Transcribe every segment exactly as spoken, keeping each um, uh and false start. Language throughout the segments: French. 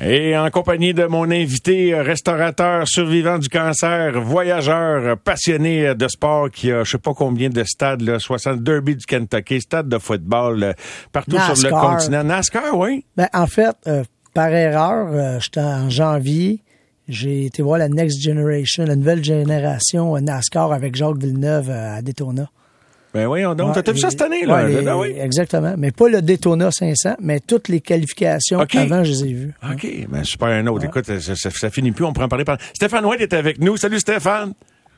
Et en compagnie de mon invité, restaurateur, survivant du cancer, voyageur, passionné de sport, qui a je sais pas combien de stades, là, soixante Derby du Kentucky, stade de football, là, partout NASCAR. Sur le continent. NASCAR, oui? Ben, en fait, euh, par erreur, euh, j'étais en janvier, j'ai été voir la Next Generation, la nouvelle génération euh, NASCAR avec Jacques Villeneuve euh, à Daytona. Ben oui, on donc, ouais, t'as vu ça cette année, là? Ouais, les, ben oui. Exactement. Mais pas le Daytona cinq cents, mais toutes les qualifications okay. avant, je les ai vues. OK. Hein. Ben, super, un autre. Ouais. Écoute, ça, ça, ça finit plus, on pourrait en parler. Par... Stéphane White est avec nous. Salut, Stéphane.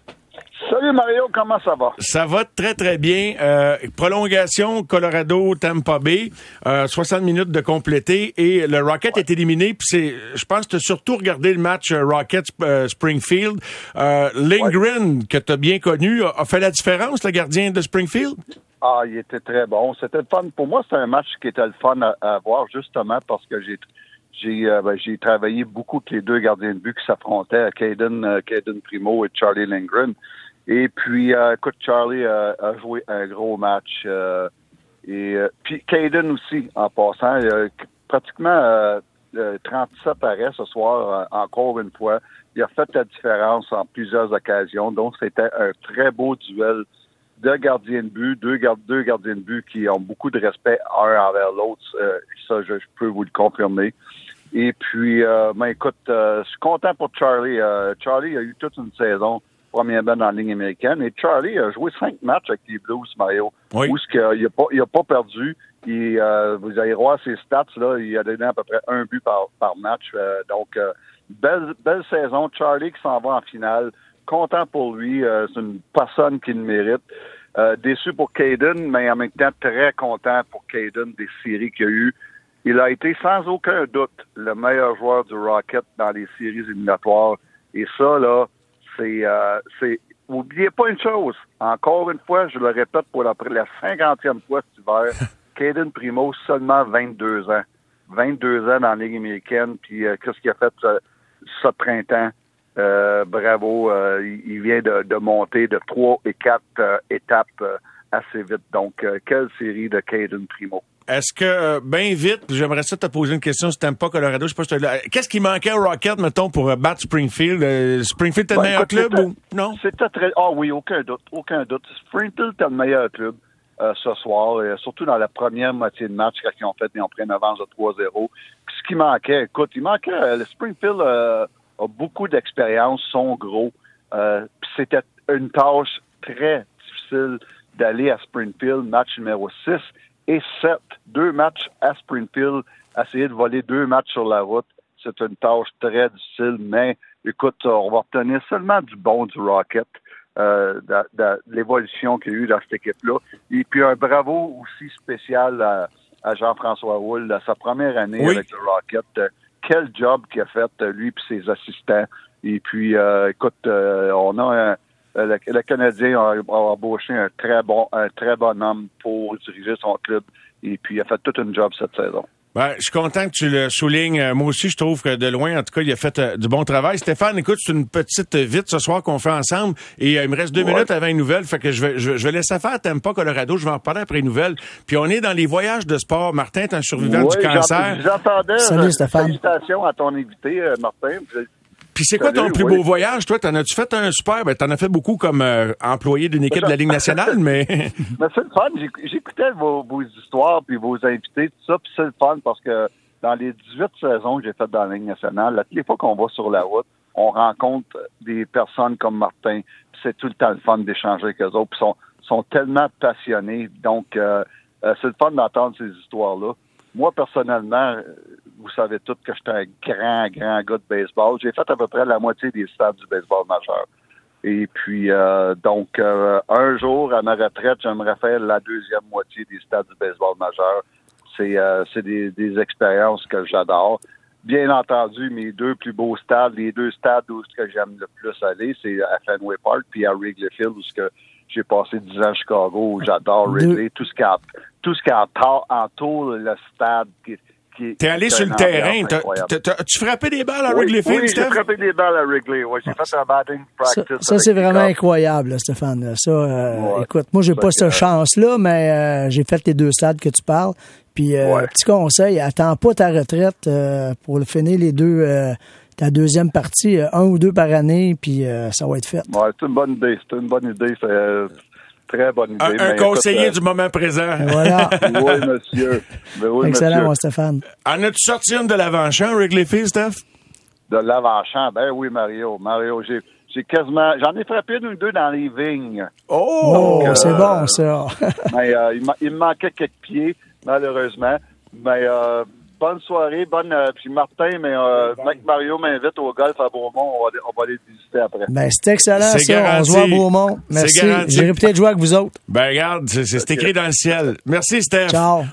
Salut, Mario. Comment ça va? Ça va très, très bien. Euh, prolongation, Colorado, Tampa Bay. Euh, soixante minutes de compléter et le Rocket ouais. est éliminé. Puis c'est, je pense que tu as surtout regardé le match Rocket-Springfield. Euh, Lindgren, ouais. que tu as bien connu, a, a fait la différence, le gardien de Springfield? Ah, il était très bon. C'était le fun. Pour moi, c'était un match qui était le fun à, à voir, justement parce que j'ai j'ai euh, ben, j'ai travaillé beaucoup avec les deux gardiens de but qui s'affrontaient, Caden, euh, Caden Primo et Charlie Lindgren. Et puis, euh, écoute, Charlie euh, a joué un gros match. Euh, et euh, puis Caden aussi, en passant, il a pratiquement euh, trente-sept arrêts ce soir, euh, encore une fois. Il a fait la différence en plusieurs occasions. Donc, c'était un très beau duel de gardiens de but, deux, gard- deux gardiens de but qui ont beaucoup de respect un envers l'autre. Euh, ça, je, je peux vous le confirmer. Et puis, euh, ben écoute, euh, je suis content pour Charlie. Euh, Charlie a eu toute une saison premièrement dans la ligne américaine. Et Charlie a joué cinq matchs avec les Blues, Mario. Oui. Où il n'a pas, il a pas perdu. Il, euh, vous allez voir ses stats, là, il a donné à peu près un but par, par match. Euh, donc, euh, belle, belle saison. Charlie qui s'en va en finale. Content pour lui. Euh, c'est une personne qui le mérite. Euh, déçu pour Caden, mais en même temps très content pour Caden des séries qu'il y a eu. Il a été sans aucun doute le meilleur joueur du Rocket dans les séries éliminatoires. Et ça, là, c'est... Euh, c'est oubliez pas une chose. Encore une fois, je le répète pour la, la cinquantième fois cet hiver, Caden Primo, seulement vingt-deux ans. vingt-deux ans dans la Ligue américaine. Puis euh, qu'est-ce qu'il a fait ce, ce printemps? Euh, bravo. Euh, il, il vient de, de monter de trois et quatre euh, étapes euh, assez vite. Donc, euh, quelle série de Caden Primo. Est-ce que, euh, bien vite, j'aimerais ça te poser une question si t'aimes pas Colorado, je sais pas si t'as... Qu'est-ce qui manquait au Rocket, mettons, pour euh, battre Springfield? Euh, Springfield était ben, le meilleur écoute, club ou non? C'était très... Ah oui, aucun doute, aucun doute. Springfield était le meilleur club euh, ce soir, euh, surtout dans la première moitié de match quand ils ont fait, ils ont pris une avance de trois zéro. Puis ce qui manquait, écoute, il manquait, euh, le Springfield euh, a beaucoup d'expérience, sont gros. Euh, puis c'était une tâche très difficile d'aller à Springfield, match numéro six. Et sept, deux matchs à Springfield, essayer de voler deux matchs sur la route, c'est une tâche très difficile, mais écoute, on va obtenir seulement du bon du Rocket, euh, de, de, de l'évolution qu'il y a eu dans cette équipe-là. Et puis un bravo aussi spécial à, à Jean-François Houle, à sa première année oui. avec le Rocket. Euh, quel job qu'il a fait, lui et ses assistants. Et puis, euh, écoute, euh, on a un Le, le Canadien a, a embauché un très bon, un très bon homme pour diriger son club. Et puis, il a fait toute une job cette saison. Ben, je suis content que tu le soulignes. Moi aussi, je trouve que de loin, en tout cas, il a fait euh, du bon travail. Stéphane, écoute, c'est une petite vite ce soir qu'on fait ensemble. Et euh, il me reste deux ouais. minutes avant une nouvelle. Fait que je vais, je, je vais laisser faire Tampa, Colorado. Je vais en reparler après une nouvelle. Puis on est dans les voyages de sport. Martin, t'es un survivant oui, du cancer. J'entendais. Salut, Stéphane. Félicitations à ton invité, euh, Martin. Puis c'est quoi ton plus oui. beau voyage, toi? T'en as-tu fait un super? Ben, t'en as fait beaucoup comme euh, employé d'une équipe de la Ligue nationale, mais... mais c'est le fun. J'écoutais vos, vos histoires puis vos invités, tout ça, puis c'est le fun parce que dans les dix-huit saisons que j'ai faites dans la Ligue nationale, là, toutes les fois qu'on va sur la route, on rencontre des personnes comme Martin, puis c'est tout le temps le fun d'échanger avec eux autres, puis sont, sont tellement passionnés. Donc, euh, euh, c'est le fun d'entendre ces histoires-là. Moi, personnellement, vous savez tous que j'étais un grand, grand gars de baseball. J'ai fait à peu près la moitié des stades du baseball majeur. Et puis, euh, donc, euh, un jour, à ma retraite, j'aimerais faire la deuxième moitié des stades du baseball majeur. C'est, euh, c'est des, des expériences que j'adore. Bien entendu, mes deux plus beaux stades, les deux stades où ce que j'aime le plus aller, c'est à Fenway Park puis à Wrigley Field, où ce que j'ai passé dix ans à Chicago, où j'adore Wrigley, tout ce qui a, tout ce qui entoure, entoure le stade. Qui, qui, T'es allé sur le terrain, t'as, t'as, t'as, tu frappais des balles à Wrigley Field, oui, Steph? Oui, j'ai frappé des balles à Wrigley, oui. J'ai ah, fait un batting practice. Ça, ça c'est vraiment incroyable, là, Stéphane. Ça, euh, ouais. écoute, moi, j'ai ça pas cette euh... chance-là, mais euh, j'ai fait les deux stades que tu parles. Puis, euh, Ouais. petit conseil, attends pas ta retraite euh, pour le finir les deux, euh, ta deuxième partie, euh, un ou deux par année, puis euh, ça va être fait. Ouais, c'est une bonne idée. C'est une bonne idée. C'est euh, très bonne idée. Un, un Mais conseiller écoute, du moment présent. Et voilà. euh, oui, monsieur. Ben oui, Excellent, monsieur. mon Stéphane. En as-tu sorti une de l'avant-champ, Wrigley Field, Steph? De l'avant-champ, ben oui, Mario. Mario, j'ai, j'ai quasiment... J'en ai frappé une ou deux dans les vignes. Oh, Donc, euh, c'est bon, ça. Mais euh, il, ma- il me manquait quelques pieds, malheureusement. Mais euh, bonne soirée, bonne... Euh, puis Martin, mais euh, mec Mario m'invite au golf à Beaumont. On va, aller- on va aller visiter après. Ben, c'est excellent, C'est ça. garanti. On se voit à Beaumont. C'est Merci. garanti. J'irai peut-être jouer avec vous autres. Ben, regarde, c'est, c'est écrit dans le ciel. Merci, Steph. Ciao.